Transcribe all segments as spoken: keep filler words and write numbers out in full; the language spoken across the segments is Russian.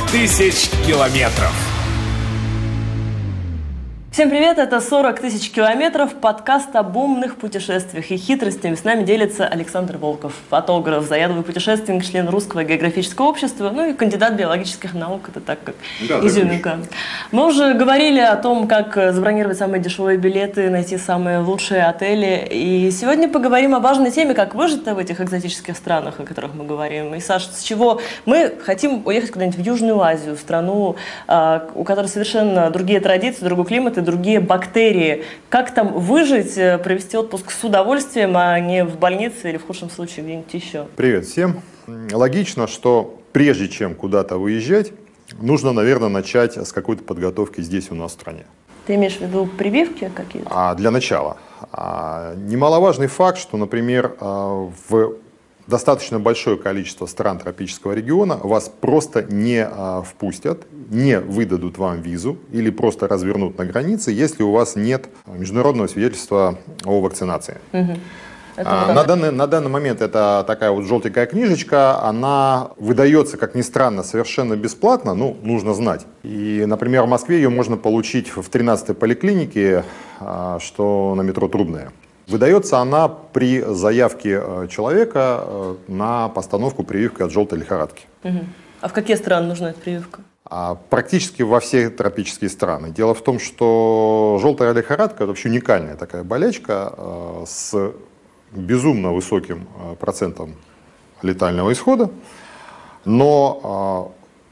тысяч километров. Всем привет, это сорок тысяч километров, подкаст об умных путешествиях и хитростями. С нами делится Александр Волков, фотограф, заядлый путешественник, член Русского географического общества, ну и кандидат биологических наук, это так как да, изюминка. Мы уже говорили о том, как забронировать самые дешевые билеты, найти самые лучшие отели. И сегодня поговорим о важной теме, как выжить в этих экзотических странах, о которых мы говорим. И, Саш, с чего мы хотим уехать куда-нибудь в Южную Азию, в страну, у которой совершенно другие традиции, другой климат и другие бактерии. Как там выжить, провести отпуск с удовольствием, а не в больнице или в худшем случае где-нибудь еще? Привет всем. Логично, что прежде чем куда-то выезжать, нужно, наверное, начать с какой-то подготовки здесь у нас в стране. Ты имеешь в виду прививки какие-то? А для начала. А, немаловажный факт, что, например, в достаточно большое количество стран тропического региона вас просто не а, впустят, не выдадут вам визу или просто развернут на границе, если у вас нет международного свидетельства о вакцинации. Угу. А, на, данный, на данный момент это такая вот желтенькая книжечка, она выдается, как ни странно, совершенно бесплатно, ну, нужно знать. И, например, в Москве ее можно получить в тринадцатой поликлинике, а, что на метро Трубная. Выдается она при заявке человека на постановку прививки от желтой лихорадки. Угу. А в какие страны нужна эта прививка? А практически во все тропические страны. Дело в том, что желтая лихорадка – это вообще уникальная такая болячка с безумно высоким процентом летального исхода. Но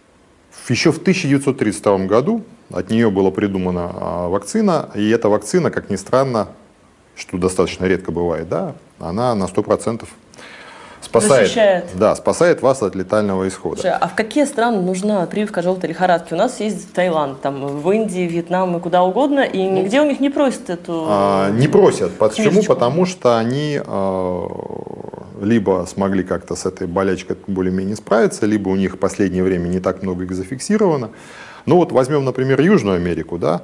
еще в тысяча девятьсот тридцать втором году от нее была придумана вакцина, и эта вакцина, как ни странно, что достаточно редко бывает, да, она на сто процентов спасает, защищает. Да, спасает вас от летального исхода. Слушай, а в какие страны нужна прививка желтой лихорадки? У нас есть Таиланд, там, в Индии, Вьетнам и куда угодно, и ну, нигде у них не просят эту а, Не просят. Почему? книжечку. Потому что они а, либо смогли как-то с этой болячкой более-менее справиться, либо у них в последнее время не так много их зафиксировано. Ну вот возьмем, например, Южную Америку, да.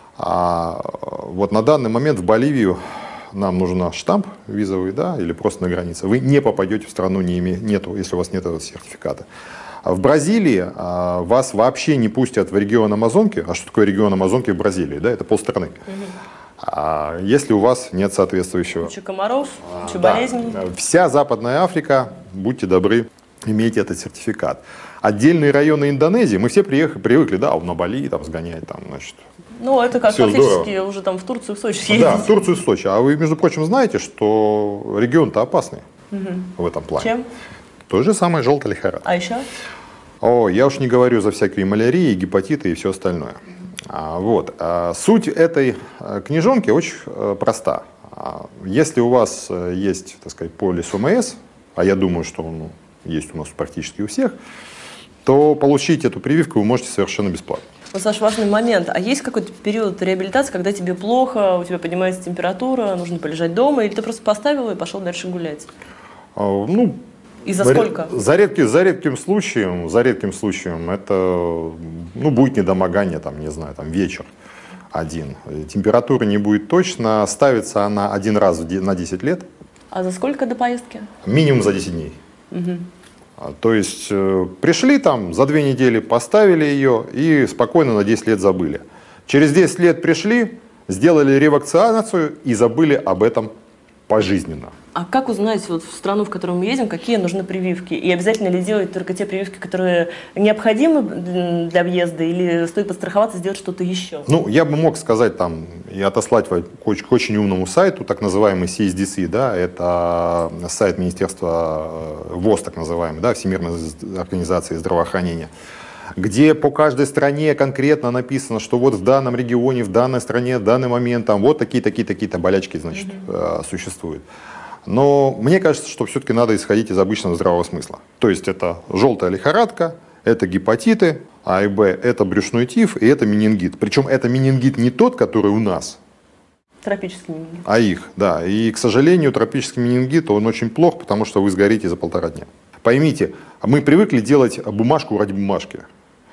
А вот на данный момент в Боливию нам нужен штамп визовый, да, или просто на границе. Вы не попадете в страну, не име, нету, если у вас нет этого сертификата. А в Бразилии а, вас вообще не пустят в регион Амазонки. А что такое регион Амазонки в Бразилии? Да, это полстраны. Угу. А, если у вас нет соответствующего. Куча комаров, куча а, болезней. Да, вся Западная Африка, будьте добры, имейте этот сертификат. Отдельные районы Индонезии, мы все приехали, привыкли, да, на Бали там сгонять, там, значит. Ну, это как все фактически здорово. Уже там в Турцию, в Сочи съездить. Да, в Турцию, в Сочи. А вы, между прочим, знаете, что регион-то опасный угу. в этом плане. Чем? То же самое желтая лихорадка. А еще? О, я уж не говорю за всякие малярии, гепатиты и все остальное. А, вот. А, суть этой книжонки очень а, проста. А, если у вас есть, так сказать, полис ОМС, а я думаю, что он ну, есть у нас практически у всех, то получить эту прививку вы можете совершенно бесплатно. Вот, Саш, важный момент. А есть какой-то период реабилитации, когда тебе плохо, у тебя поднимается температура, нужно полежать дома, или ты просто поставил и пошел дальше гулять? А, ну, и за за, сколько? За, редким, за редким случаем, за редким случаем это ну, будет недомогание, там, не знаю, там, вечер один. Температура не будет точно, ставится она один раз на десять лет. А за сколько до поездки? Минимум за десять дней. Угу. То есть э, пришли там, за две недели поставили ее и спокойно на десять лет забыли. Через десять лет пришли, сделали ревакцинацию и забыли об этом пожизненно. А как узнать, вот в страну, в которую мы едем, какие нужны прививки? И обязательно ли делать только те прививки, которые необходимы для въезда, или стоит подстраховаться, сделать что-то еще? Ну, я бы мог сказать там и отослать вас к очень, к очень умному сайту, так называемый си эс ди си, да, это сайт Министерства ВОЗ, так называемый, да, Всемирной организации здравоохранения, где по каждой стране конкретно написано, что вот в данном регионе, в данной стране, в данный момент там вот такие-такие-такие-то болячки, значит, mm-hmm. существуют. Но мне кажется, что все-таки надо исходить из обычного здравого смысла. То есть это желтая лихорадка, это гепатиты, А и Б, это брюшной тиф и это менингит. Причем это менингит не тот, который у нас, тропический менингит, а их, да. И, к сожалению, тропический менингит, он очень плох, потому что вы сгорите за полтора дня. Поймите, мы привыкли делать бумажку ради бумажки.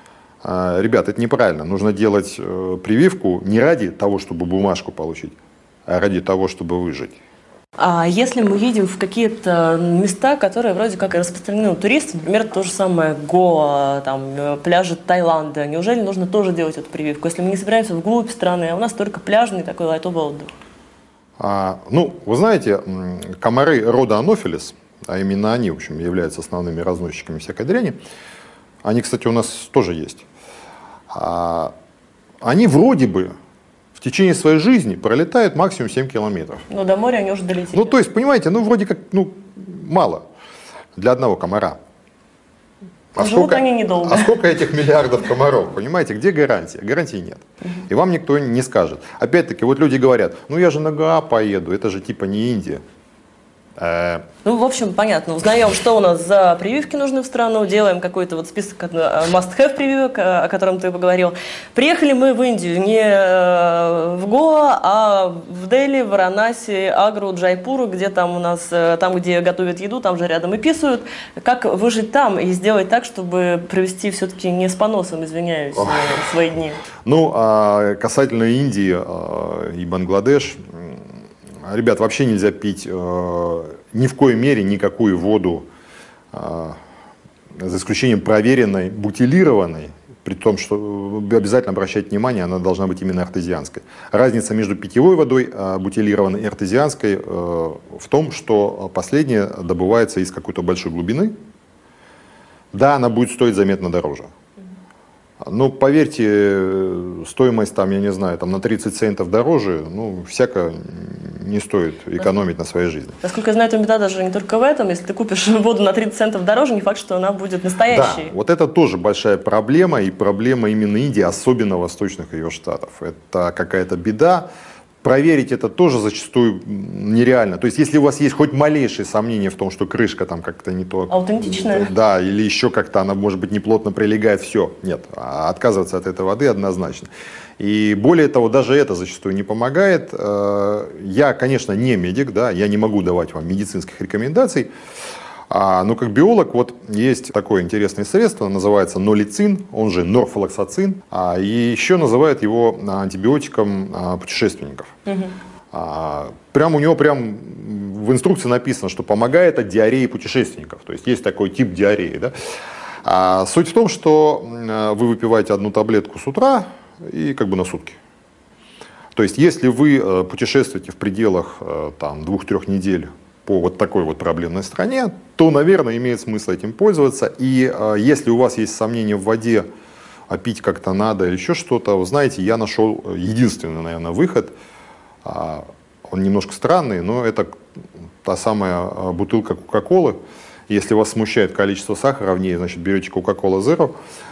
Ребят, это неправильно. Нужно делать прививку не ради того, чтобы бумажку получить, а ради того, чтобы выжить. А если мы едем в какие-то места, которые вроде как и распространены у туристов, например, то же самое Гоа, там, пляжи Таиланда, неужели нужно тоже делать эту прививку, если мы не собираемся вглубь страны, а у нас только пляжный такой лайтовый отдых? А, ну, вы знаете, комары рода Анофилис, а именно они, в общем, являются основными разносчиками всякой дряни, они, кстати, у нас тоже есть. А, они вроде бы в течение своей жизни пролетают максимум семь километров. Но до моря они уже долетели. Ну, то есть, понимаете, ну, вроде как, ну, мало для одного комара. А Живут сколько, они недолго. а сколько этих миллиардов комаров, понимаете, где гарантия? Гарантии нет. Угу. И вам никто не скажет. Опять-таки, вот люди говорят, ну я же на Гоа поеду, это же типа не Индия. Э... Ну, в общем, понятно. Узнаем, что у нас за прививки нужны в страну, делаем какой-то вот список must-have прививок, о котором ты поговорил. Приехали мы в Индию не в Гоа, а в Дели, в Варанаси, Агру, Джайпуру, где там у нас, там, где готовят еду, там же рядом и писают. Как выжить там и сделать так, чтобы провести все-таки не с поносом, извиняюсь, Ох. свои дни? Ну, а касательно Индии и Бангладеш, ребят, вообще нельзя пить э, ни в коей мере никакую воду, э, за исключением проверенной, бутилированной, при том, что обязательно обращать внимание, она должна быть именно артезианской. Разница между питьевой водой, э, бутилированной, и артезианской э, в том, что последняя добывается из какой-то большой глубины. Да, она будет стоить заметно дороже. Ну, поверьте, стоимость там, я не знаю, там на тридцать центов дороже, ну, всяко не стоит экономить на своей жизни. Насколько я знаю, эта беда даже не только в этом. Если ты купишь воду на тридцать центов дороже, не факт, что она будет настоящей. Да, вот это тоже большая проблема, и проблема именно Индии, особенно восточных ее штатов. Это какая-то беда. Проверить это тоже зачастую нереально. То есть, если у вас есть хоть малейшие сомнения в том, что крышка там как-то не то... Аутентичная. Да, или еще как-то она, может быть, неплотно прилегает, все. Нет, отказываться от этой воды однозначно. И более того, даже это зачастую не помогает. Я, конечно, не медик, да, я не могу давать вам медицинских рекомендаций. А, но как биолог, вот есть такое интересное средство, называется нолицин, он же норфлоксацин, а, и еще называют его антибиотиком а, путешественников. Угу. А, прям у него прям в инструкции написано, что помогает от диареи путешественников, то есть есть такой тип диареи. Да? А, суть в том, что вы выпиваете одну таблетку с утра и как бы на сутки. То есть если вы путешествуете в пределах там, двух-трех недель по вот такой вот проблемной стране, то, наверное, имеет смысл этим пользоваться. И э, если у вас есть сомнения в воде, а пить как-то надо или еще что-то, вы знаете, я нашел единственный, наверное, выход. А, он немножко странный, но это та самая бутылка Кока-Колы. Если вас смущает количество сахара в ней, значит, берете Coca-Cola Zero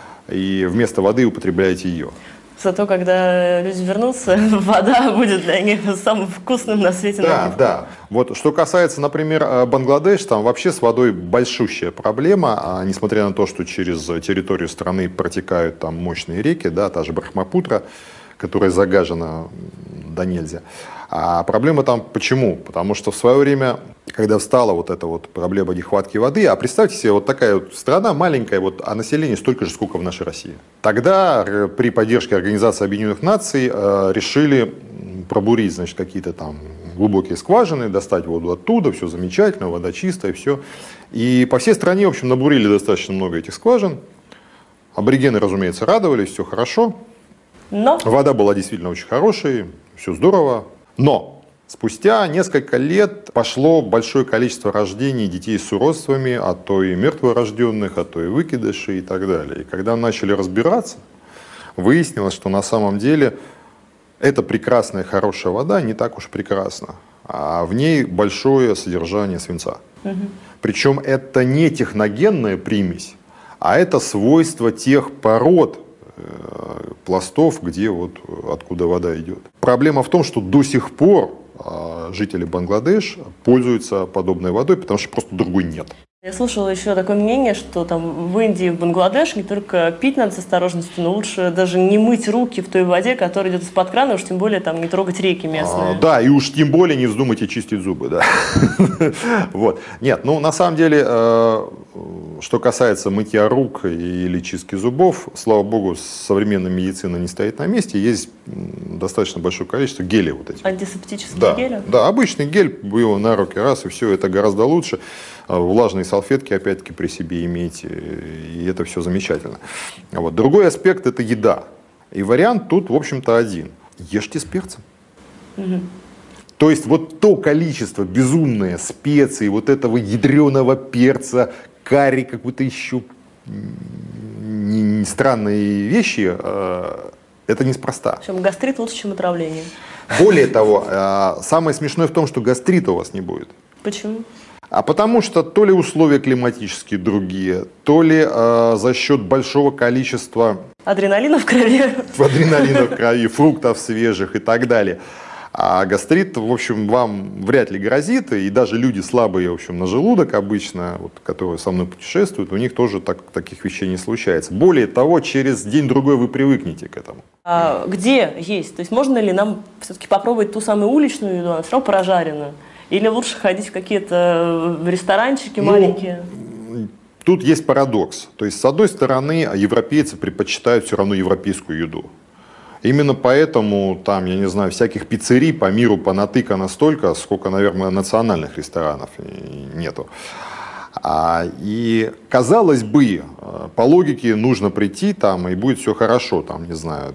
и вместо воды употребляете ее. Зато когда люди вернутся, вода будет для них самым вкусным на свете. Да, напитком. да. Вот, что касается, например, Бангладеш, там вообще с водой большущая проблема, а, несмотря на то, что через территорию страны протекают там мощные реки, да, та же Брахмапутра, которая загажена до нельзя. А проблема там почему? Потому что в свое время, когда встала вот эта вот проблема нехватки воды, а представьте себе, вот такая вот страна маленькая, вот, а население столько же, сколько в нашей России. Тогда при поддержке Организации Объединенных Наций э, решили пробурить, значит, какие-то там глубокие скважины, достать воду оттуда, все замечательно, вода чистая, все. И по всей стране, в общем, набурили достаточно много этих скважин. Аборигены, разумеется, радовались, все хорошо. Но... Вода была действительно очень хорошей, все здорово. Но спустя несколько лет пошло большое количество рождений детей с уродствами, а то и мертворожденных, а то и выкидышей и так далее. И когда начали разбираться, выяснилось, что на самом деле эта прекрасная, хорошая вода не так уж прекрасна. А в ней большое содержание свинца. Угу. Причем это не техногенная примесь, а это свойство тех пород, пластов, где вот откуда вода идет. Проблема в том, что до сих пор жители Бангладеш пользуются подобной водой, потому что просто другой нет. Я слышала еще такое мнение, что там в Индии, в Бангладеш не только пить надо с осторожностью, но лучше даже не мыть руки в той воде, которая идет из-под крана, уж тем более там не трогать реки местные. А, да, и уж тем более не вздумайте чистить зубы, да. Вот. Нет, ну на самом деле, что касается мытья рук или чистки зубов, слава богу, современная медицина не стоит на месте, есть достаточно большое количество гелей вот этих. Антисептические да, гели? Да, обычный гель, вы его на руки раз, и все, это гораздо лучше. Влажные салфетки, опять-таки, при себе имейте, и это все замечательно. Вот. Другой аспект – это еда. И вариант тут, в общем-то, один. Ешьте с перцем. Угу. То есть вот то количество безумное специй, вот этого ядреного перца, карри, какой-то еще не, не странные вещи, э, это неспроста. Причем гастрит лучше, чем отравление. Более того, э, самое смешное в том, что гастрита у вас не будет. Почему? А потому что то ли условия климатические другие, то ли э, за счет большого количества адреналина в крови, адреналина в крови, фруктов свежих и так далее. А гастрит, в общем, вам вряд ли грозит, и даже люди слабые, в общем, на желудок обычно, вот, которые со мной путешествуют, у них тоже так, таких вещей не случается. Более того, через день-другой вы привыкнете к этому. А где есть? То есть можно ли нам все-таки попробовать ту самую уличную еду, она все равно прожаренную? Или лучше ходить в какие-то ресторанчики ну, маленькие? Тут есть парадокс. То есть, с одной стороны, европейцы предпочитают все равно европейскую еду. Именно поэтому там, я не знаю, всяких пиццерий по миру понатыкано столько, сколько, наверное, национальных ресторанов нету. А, и, казалось бы, по логике нужно прийти там, и будет все хорошо, там, не знаю.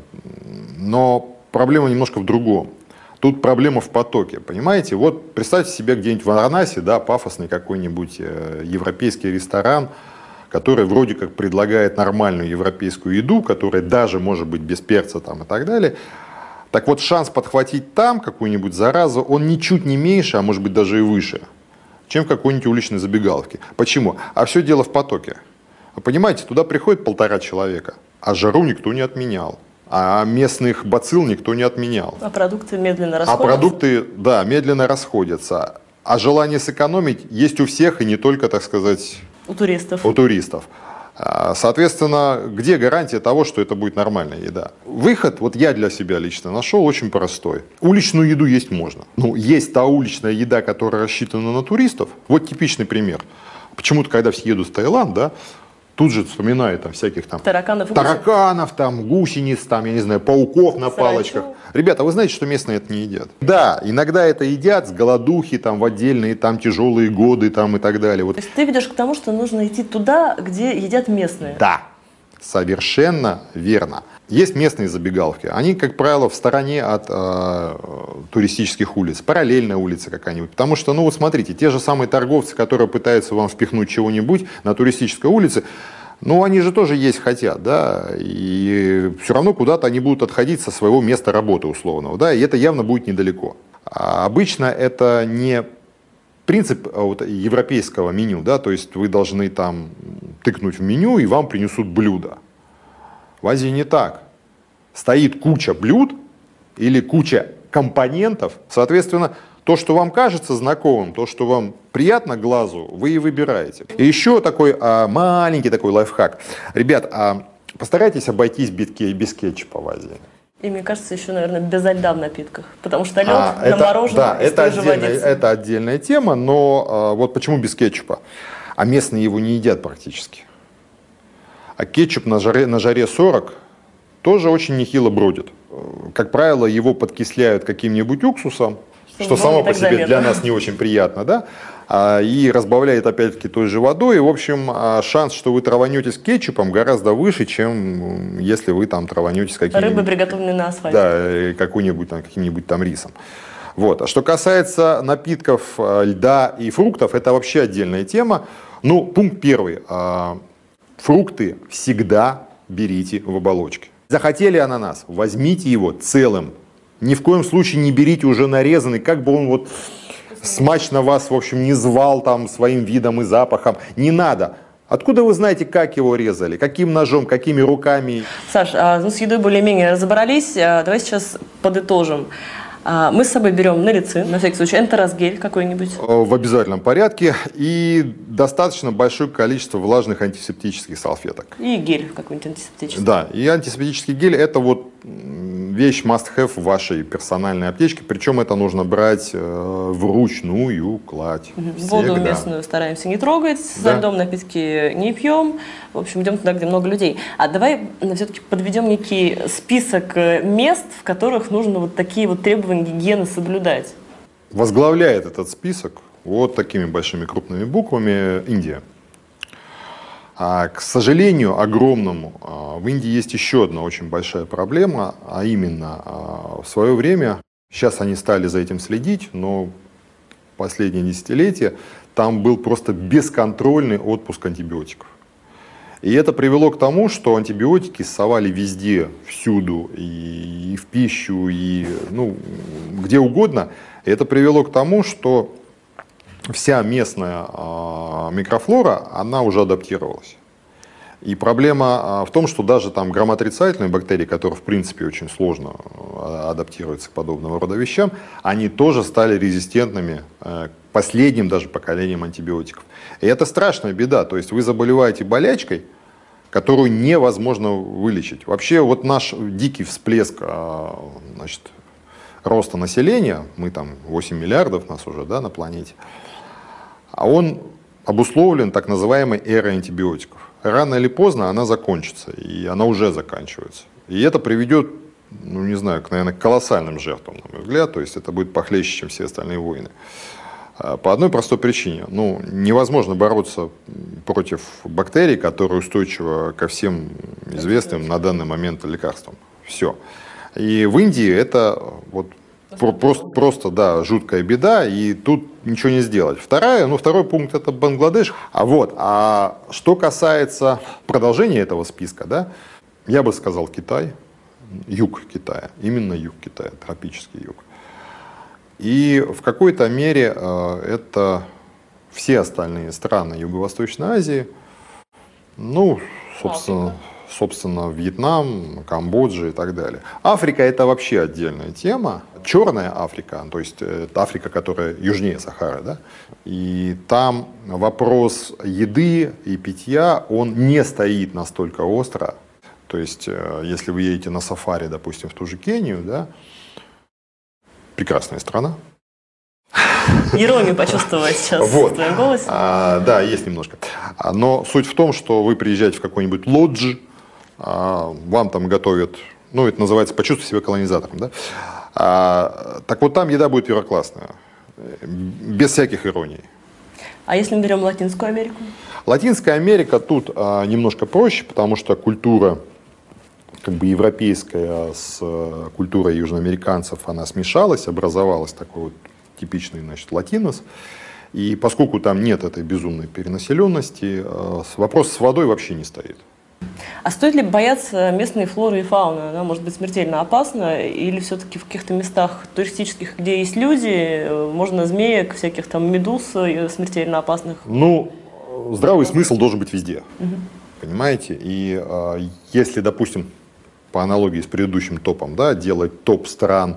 Но проблема немножко в другом. Тут проблема в потоке, понимаете? Вот представьте себе где-нибудь в Варанаси, да, пафосный какой-нибудь э, европейский ресторан, который вроде как предлагает нормальную европейскую еду, которая даже может быть без перца там и так далее. Так вот, шанс подхватить там какую-нибудь заразу, он ничуть не меньше, а может быть даже и выше, чем в какой-нибудь уличной забегаловке. Почему? А все дело в потоке. Вы понимаете, туда приходит полтора человека, а жару никто не отменял. А местных бацилл никто не отменял. А продукты медленно расходятся? А продукты, да, медленно расходятся. А желание сэкономить есть у всех, и не только, так сказать, у туристов. У туристов. Соответственно, где гарантия того, что это будет нормальная еда? Выход, вот я для себя лично нашел, очень простой. Уличную еду есть можно. Ну, есть та уличная еда, которая рассчитана на туристов. Вот типичный пример. Почему-то, когда все едут в Таиланд, да, тут же вспоминают там всяких там тараканов, тараканов там, гусениц, там, я не знаю, пауков на палочках. Ребята, вы знаете, что местные это не едят? Да, иногда это едят с голодухи, там, в отдельные там тяжелые годы там, и так далее. Вот. То есть ты ведешь к тому, что нужно идти туда, где едят местные? Да, совершенно верно. Есть местные забегаловки. Они, как правило, в стороне от э, туристических улиц. Параллельная улица какая-нибудь. Потому что, ну вот смотрите, те же самые торговцы, которые пытаются вам впихнуть чего-нибудь на туристической улице, ну они же тоже есть хотят, да, и все равно куда-то они будут отходить со своего места работы условного, да, и это явно будет недалеко. А обычно это не принцип вот, европейского меню, да, то есть вы должны там тыкнуть в меню, и вам принесут блюдо. В Азии не так. Стоит куча блюд или куча компонентов. Соответственно, то, что вам кажется знакомым, то, что вам приятно глазу, вы и выбираете. И еще такой а, маленький такой лайфхак. Ребят, а постарайтесь обойтись без кетчупа в Азии. И мне кажется, еще, наверное, без льда в напитках. Потому что лед а, на мороженом да, из это той же водицы. Это отдельная тема, но а, вот почему без кетчупа? А местные его не едят практически. А кетчуп на жаре, на жаре сорок тоже очень нехило бродит. Как правило, его подкисляют каким-нибудь уксусом, что, что само по себе заметно. Для нас не очень приятно, да? А, и разбавляет опять-таки той же водой. И, в общем, шанс, что вы траванетесь кетчупом, гораздо выше, чем если вы там траванетесь каким-нибудь... Рыбой, приготовленной на асфальте. Да, какой-нибудь там, каким-нибудь там рисом. Вот. А что касается напитков, льда и фруктов, это вообще отдельная тема. Ну, пункт первый. Фрукты всегда берите в оболочке. Захотели ананас, возьмите его целым. Ни в коем случае не берите уже нарезанный, как бы он вот смачно вас, в общем, не звал там своим видом и запахом. Не надо. Откуда вы знаете, как его резали, каким ножом, какими руками? Саш, а, ну, с едой более-менее разобрались. Давай сейчас подытожим. Мы с собой берем нерицин, на всякий случай, энтеросгель какой-нибудь. В обязательном порядке. И достаточно большое количество влажных антисептических салфеток. И гель какой-нибудь антисептический. Да, и антисептический гель – это вот вещь must-have в вашей персональной аптечке. Причем это нужно брать вручную кладь. Воду местную стараемся не трогать, со Да. льдом напитки не пьем. В общем, идем туда, где много людей. А давай все-таки подведем некий список мест, в которых нужно вот такие вот требования гигиены соблюдать. Возглавляет этот список вот такими большими крупными буквами Индия. А, к сожалению, огромному, а, в Индии есть еще одна очень большая проблема, а именно а, в свое время, сейчас они стали за этим следить, но последние десятилетия там был просто бесконтрольный отпуск антибиотиков. И это привело к тому, что антибиотики ссовали везде, всюду, и, и в пищу, и ну, где угодно. И это привело к тому, что вся местная э, микрофлора, она уже адаптировалась. И проблема э, в том, что даже там грамотрицательные бактерии, которые в принципе очень сложно э, адаптируются к подобного рода вещам, они тоже стали резистентными э, к последним даже поколениям антибиотиков. И это страшная беда. То есть вы заболеваете болячкой, которую невозможно вылечить. Вообще вот наш дикий всплеск э, значит, роста населения, мы там восемь миллиардов нас уже, да, на планете, а он обусловлен так называемой эрой антибиотиков. Рано или поздно она закончится, и она уже заканчивается. И это приведет, ну не знаю, к, наверное, колоссальным жертвам, на мой взгляд, то есть это будет похлеще, чем все остальные войны. По одной простой причине. Ну, невозможно бороться против бактерий, которые устойчивы ко всем известным на данный момент лекарствам. Все. И в Индии это вот про, просто, просто да, жуткая беда, и тут ничего не сделать. Вторая, ну, второй пункт – это Бангладеш. А, вот, а что касается продолжения этого списка, да, я бы сказал Китай, юг Китая, именно юг Китая, тропический юг. И в какой-то мере э, это все остальные страны Юго-Восточной Азии, ну, собственно, собственно, Вьетнам, Камбоджа и так далее. Африка – это вообще отдельная тема. Черная Африка, то есть Африка, которая южнее Сахары, да? И там вопрос еды и питья, он не стоит настолько остро. То есть, если вы едете на сафари, допустим, в ту же Кению, да, прекрасная страна. Иронию почувствовала сейчас вот. в твоем голосе. А, да, есть немножко. Но суть в том, что вы приезжаете в какой-нибудь лодж, а, вам там готовят, ну, это называется «почувствуй себя колонизатором», да? А, так вот там еда будет первоклассная, без всяких ироний. А если мы берем Латинскую Америку? Латинская Америка тут а, немножко проще, потому что культура как бы европейская с а, культурой южноамериканцев, она смешалась, образовалась такой вот типичный, значит, латинос. И поскольку там нет этой безумной перенаселенности, а, вопрос с водой вообще не стоит. А стоит ли бояться местной флоры и фауны? Она может быть смертельно опасна? Или все-таки в каких-то местах туристических, где есть люди, можно змеек, всяких там медуз смертельно опасных? Ну, здравый смысл должен быть везде. Угу. Понимаете? И а, если, допустим, по аналогии с предыдущим топом, да, делать топ стран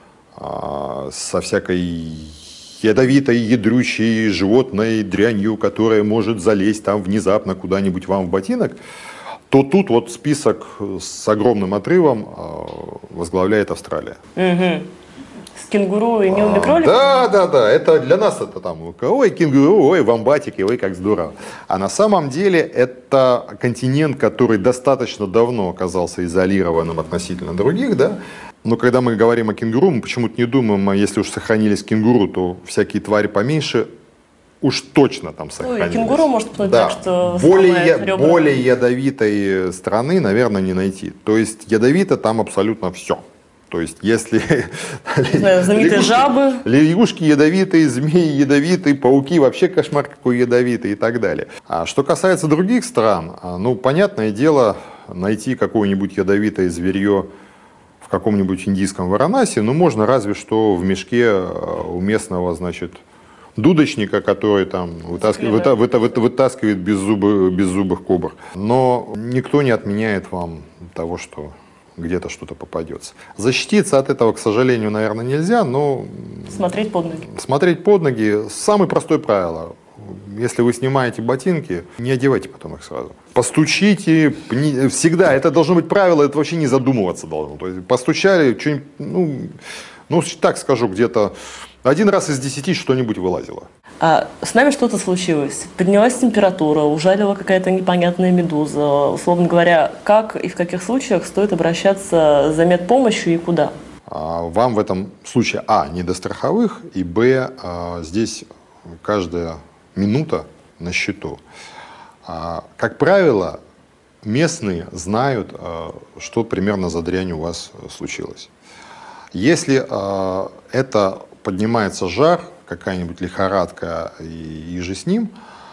а, со всякой ядовитой, ядрющей животной дрянью, которая может залезть там внезапно куда-нибудь вам в ботинок, то тут вот список с огромным отрывом возглавляет Австралия. Угу. С кенгуру и милыми кроликами? Да, да, да. Это для нас это там, ой, кенгуру, ой, вомбатики, ой, как здорово. А на самом деле это континент, который достаточно давно оказался изолированным относительно других, да. Но когда мы говорим о кенгуру, мы почему-то не думаем, если уж сохранились кенгуру, то всякие твари поменьше уж точно там сохранились. Ой, кенгуру может пнуть да. так, что более, более ядовитой страны, наверное, не найти. То есть ядовито там абсолютно все. То есть если знаю, знаменитые жабы, лягушки ядовитые, змеи ядовитые, пауки вообще кошмар какой ядовитый и так далее. А что касается других стран, ну, понятное дело, найти какое-нибудь ядовитое зверье в каком-нибудь индийском Варанаси, ну, можно разве что в мешке у местного, значит, дудочника, который там вытаскивает, выта, выта, вытаскивает беззубых, беззубых кобр. Но никто не отменяет вам того, что где-то что-то попадется. Защититься от этого, к сожалению, наверное, нельзя, но... Смотреть под ноги. Смотреть под ноги. Самое простое правило. Если вы снимаете ботинки, не одевайте потом их сразу. Постучите, всегда, это должно быть правило, это вообще не задумываться должно. То есть постучали, что-нибудь, ну, ну, так скажу, где-то один раз из десяти что-нибудь вылазило. А с нами что-то случилось. Поднялась температура, ужалила какая-то непонятная медуза. Условно говоря, как и в каких случаях стоит обращаться за медпомощью и куда? Вам в этом случае, а, не до страховых, и, б, здесь каждая минута на счету. Как правило, местные знают, что примерно за дрянь у вас случилось. Если это поднимается жар, какая-нибудь лихорадка и, и же с ним,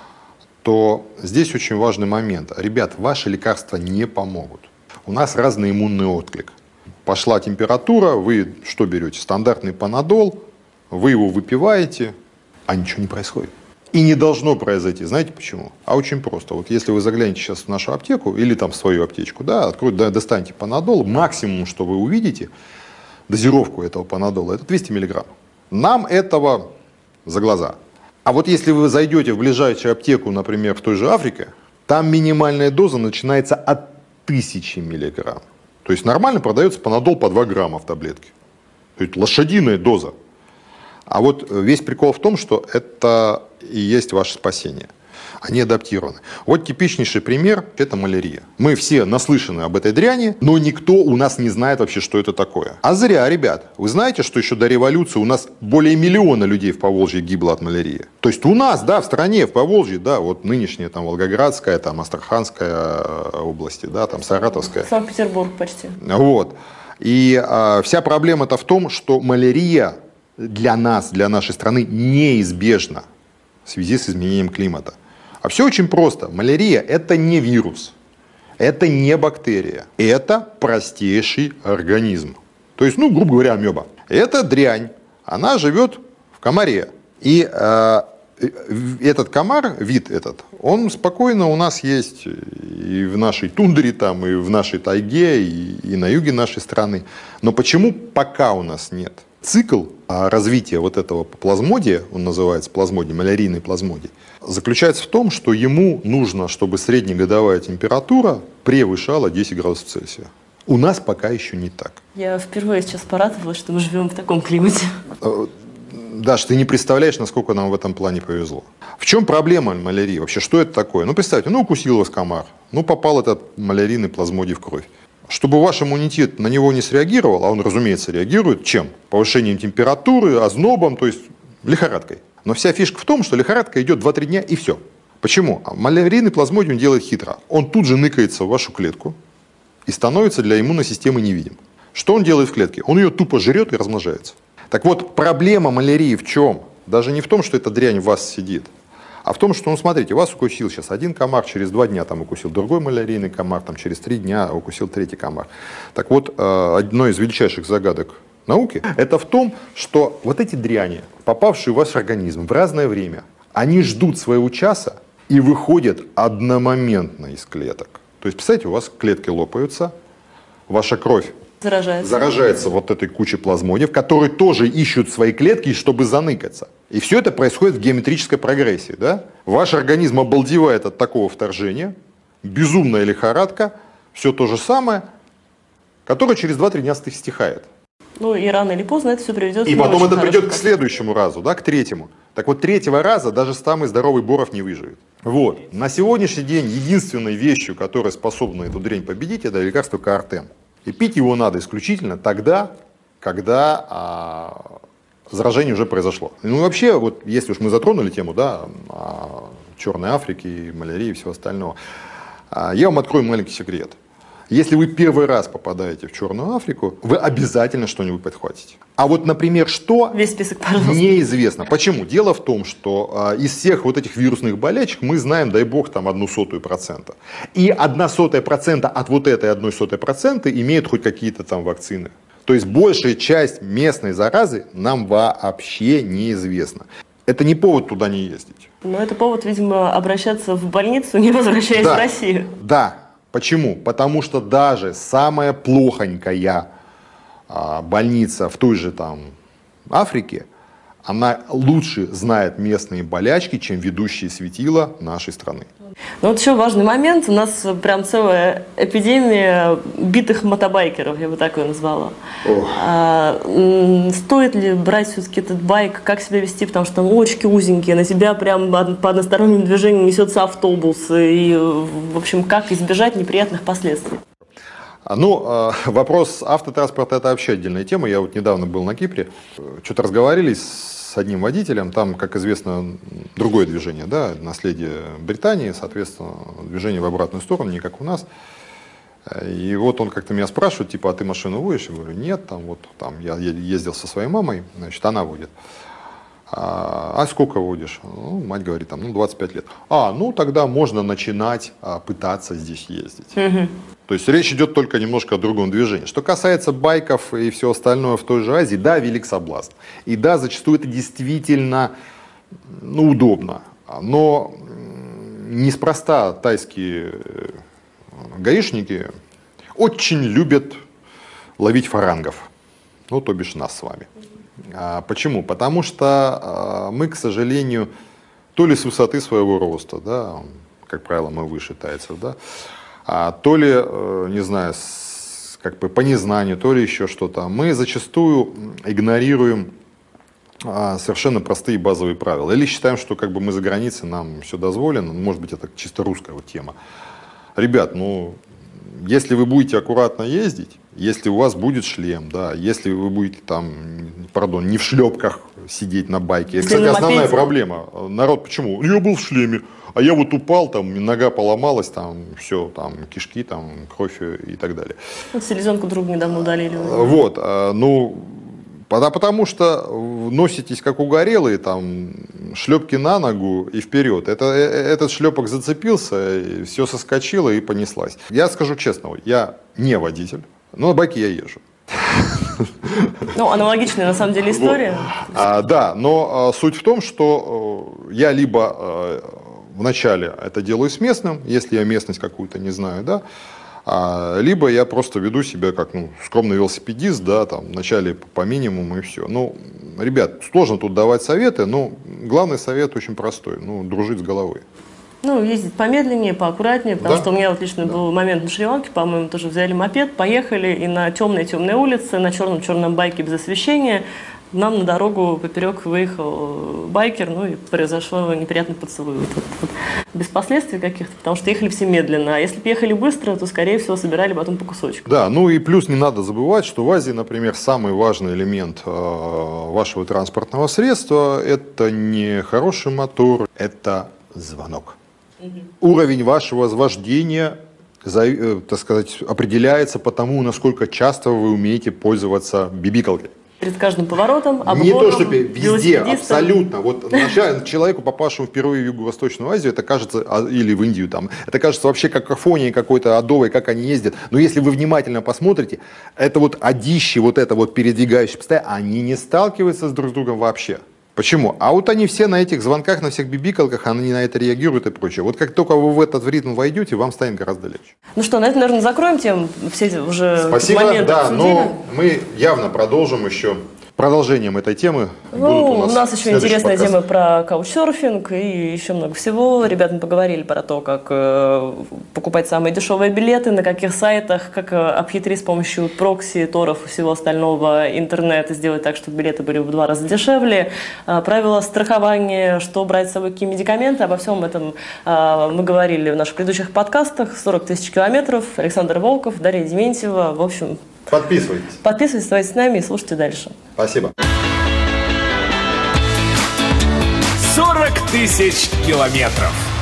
то здесь очень важный момент. Ребят, ваши лекарства не помогут. У нас разный иммунный отклик. Пошла температура, вы что берете? Стандартный панадол, вы его выпиваете, а ничего не происходит. И не должно произойти. Знаете почему? А очень просто. Вот если вы заглянете сейчас в нашу аптеку или там в свою аптечку, да, откройте, да, достаньте панадол, максимум, что вы увидите, дозировку этого панадола, это двести миллиграмм. Нам этого за глаза. А вот если вы зайдете в ближайшую аптеку, например, в той же Африке, там минимальная доза начинается от тысячи миллиграмм. То есть нормально продается панадол по два грамма в таблетке. То есть лошадиная доза. А вот весь прикол в том, что это и есть ваше спасение. Они адаптированы. Вот типичнейший пример – это малярия. Мы все наслышаны об этой дряни, но никто у нас не знает вообще, что это такое. А зря, ребят. Вы знаете, что еще до революции у нас более миллиона людей в Поволжье гибло от малярии? То есть у нас, да, в стране, в Поволжье, да, вот нынешняя там Волгоградская, там Астраханская области, да, там Саратовская. Санкт-Петербург почти. Вот. И а, вся проблема-то в том, что малярия для нас, для нашей страны неизбежна в связи с изменением климата. А все очень просто. Малярия – это не вирус, это не бактерия, это простейший организм. То есть, ну, грубо говоря, амеба. Это дрянь, она живет в комаре. И э, этот комар, вид этот, он спокойно у нас есть и в нашей тундре, там, и в нашей тайге, и, и на юге нашей страны. Но почему пока у нас нет? Цикл развития вот этого плазмодия, он называется плазмодий, малярийный плазмодий, заключается в том, что ему нужно, чтобы среднегодовая температура превышала десять градусов Цельсия. У нас пока еще не так. Я впервые сейчас порадовалась, что мы живем в таком климате. Даш, ты не представляешь, насколько нам в этом плане повезло. В чем проблема малярии? Вообще, что это такое? Ну, представьте, ну, укусил вас комар, ну, попал этот малярийный плазмодий в кровь. Чтобы ваш иммунитет на него не среагировал, а он, разумеется, реагирует, чем? Повышением температуры, ознобом, то есть лихорадкой. Но вся фишка в том, что лихорадка идет два-три дня и все. Почему? Малярийный плазмодий он делает хитро. Он тут же ныкается в вашу клетку и становится для иммунной системы невидим. Что он делает в клетке? Он ее тупо жрет и размножается. Так вот, проблема малярии в чем? Даже не в том, что эта дрянь в вас сидит, а в том, что, ну, смотрите, вас укусил сейчас один комар, через два дня там укусил другой малярийный комар, там через три дня укусил третий комар. Так вот, одной из величайших загадок науки, это в том, что вот эти дряни, попавшие в ваш организм в разное время, они ждут своего часа и выходят одномоментно из клеток. То есть, представьте, у вас клетки лопаются, ваша кровь Заражается. заражается вот этой кучей плазмодиев, которые тоже ищут свои клетки, чтобы заныкаться. И все это происходит в геометрической прогрессии. Да? Ваш организм обалдевает от такого вторжения, безумная лихорадка, все то же самое, которое через два-три дня стихает. Ну и рано или поздно это все приведет к И потом это придет к качеству. следующему разу, да, к третьему. Так вот, третьего раза даже самый здоровый Боров не выживет. Вот. На сегодняшний день единственной вещью, которая способна эту дрянь победить, это лекарство Коартем. И пить его надо исключительно тогда, когда а, заражение уже произошло. Ну и вообще, вот если уж мы затронули тему, да, а, Черной Африки, малярии и всего остального, а, я вам открою маленький секрет. Если вы первый раз попадаете в Черную Африку, вы обязательно что-нибудь подхватите. А вот, например, что, Весь список, пожалуйста. неизвестно. Почему? Дело в том, что а, из всех вот этих вирусных болячек мы знаем, дай бог, там одну сотую процента. И одна сотая процента от вот этой одной сотой процента имеет хоть какие-то там вакцины. То есть большая часть местной заразы нам вообще неизвестна. Это не повод туда не ездить. Но это повод, видимо, обращаться в больницу, не возвращаясь Да, в Россию. да. Почему? Потому что даже самая плохонькая а, больница в той же там Африке, она лучше знает местные болячки, чем ведущие светила нашей страны. Ну вот еще важный момент. У нас прям целая эпидемия битых мотобайкеров, я бы так ее назвала. А, стоит ли брать все-таки этот байк, как себя вести, потому что там лодочки узенькие, на тебя прям по одностороннему движению несется автобус, и, в общем, как избежать неприятных последствий? Ну, вопрос автотранспорта – это вообще отдельная тема. Я вот недавно был на Кипре, что-то разговаривали с одним водителем, там, как известно, другое движение, да, наследие Британии, соответственно, движение в обратную сторону, не как у нас. И вот он как-то меня спрашивает, типа, а ты машину водишь? Я говорю, нет, там вот, там, я ездил со своей мамой, значит, она водит. А, а сколько водишь? Ну, мать говорит, там, ну, двадцать пять лет. А, ну, тогда можно начинать а, пытаться здесь ездить. Mm-hmm. То есть речь идет только немножко о другом движении. Что касается байков и всего остального в той же Азии, да, велик соблазн. И да, зачастую это действительно, ну, удобно. Но неспроста тайские гаишники очень любят ловить фарангов. Ну, то бишь нас с вами. А почему? Потому что мы, к сожалению, то ли с высоты своего роста, да, как правило, мы выше тайцев, да, а то ли, не знаю, с, как бы по незнанию, то ли еще что-то, мы зачастую игнорируем а, совершенно простые базовые правила. Или считаем, что как бы мы за границей, нам все дозволено, может быть, это чисто русская вот тема. Ребят, ну, если вы будете аккуратно ездить, если у вас будет шлем, да, если вы будете там, пардон, не в шлепках сидеть на байке. Это, кстати, основная проблема. Народ, почему? Я был в шлеме, а я вот упал, там, нога поломалась, там, все, там, кишки, там, кровь и так далее. Вот селезенку другу недавно удалили. Вот, ну, потому что носитесь как угорелые, там, шлепки на ногу и вперед. Это, этот шлепок зацепился, и все соскочило и понеслась. Я скажу честно, я не водитель, но на байке я езжу. Ну, аналогичная на самом деле история. Вот. А, да, но а, суть в том, что а, я либо а, вначале это делаю с местным, если я местность какую-то не знаю, да, а, либо я просто веду себя как, ну, скромный велосипедист, да, там, вначале по, по минимуму и все. Ну, ребят, сложно тут давать советы, но главный совет очень простой, ну, дружить с головой. Ну, ездить помедленнее, поаккуратнее, потому да. что у меня вот лично да. был момент на Шри-Ланке, по-моему, тоже взяли мопед, поехали, и на темной-темной улице, на черном-черном байке без освещения, нам на дорогу поперек выехал байкер, ну и произошло неприятный поцелуй. Вот, вот, вот, без последствий каких-то, потому что ехали все медленно, а если бы ехали быстро, то, скорее всего, собирали потом по кусочку. Да, ну и плюс не надо забывать, что в Азии, например, самый важный элемент э, вашего транспортного средства – это не хороший мотор, это звонок. Уровень вашего вождения, так сказать, определяется по тому, насколько часто вы умеете пользоваться бибикалкой. Перед каждым поворотом, обгоном, не то, что везде, абсолютно. Вот человеку, попавшему впервые в Юго-Восточную Азию, это кажется, или в Индию, там, это кажется вообще какофонией какой-то адовой, как они ездят. Но если вы внимательно посмотрите, это вот одищи, вот это вот передвигающие постоянно, они не сталкиваются с друг с другом вообще. Почему? А вот они все на этих звонках, на всех бибикалках, они на это реагируют и прочее. Вот как только вы в этот ритм войдете, вам станет гораздо легче. Ну что, на этом, наверное, закроем тему. Все эти уже Спасибо, моменты да, обсудили. но мы явно продолжим еще. Продолжением этой темы. Ну, у нас, у нас еще интересная подкаст. тема про каучсерфинг и еще много всего. Ребята, мы поговорили про то, как э, покупать самые дешевые билеты, на каких сайтах, как э, обхитрить с помощью прокси, торов и всего остального интернета, сделать так, чтобы билеты были в два раза дешевле. Э, правила страхования, что брать с собой, какие медикаменты. Обо всем этом э, мы говорили в наших предыдущих подкастах. сорок тысяч километров. Александр Волков, Дарья Дементьева. В общем... Подписывайтесь. Подписывайтесь, оставайтесь с нами и слушайте дальше. Спасибо. сорок тысяч километров.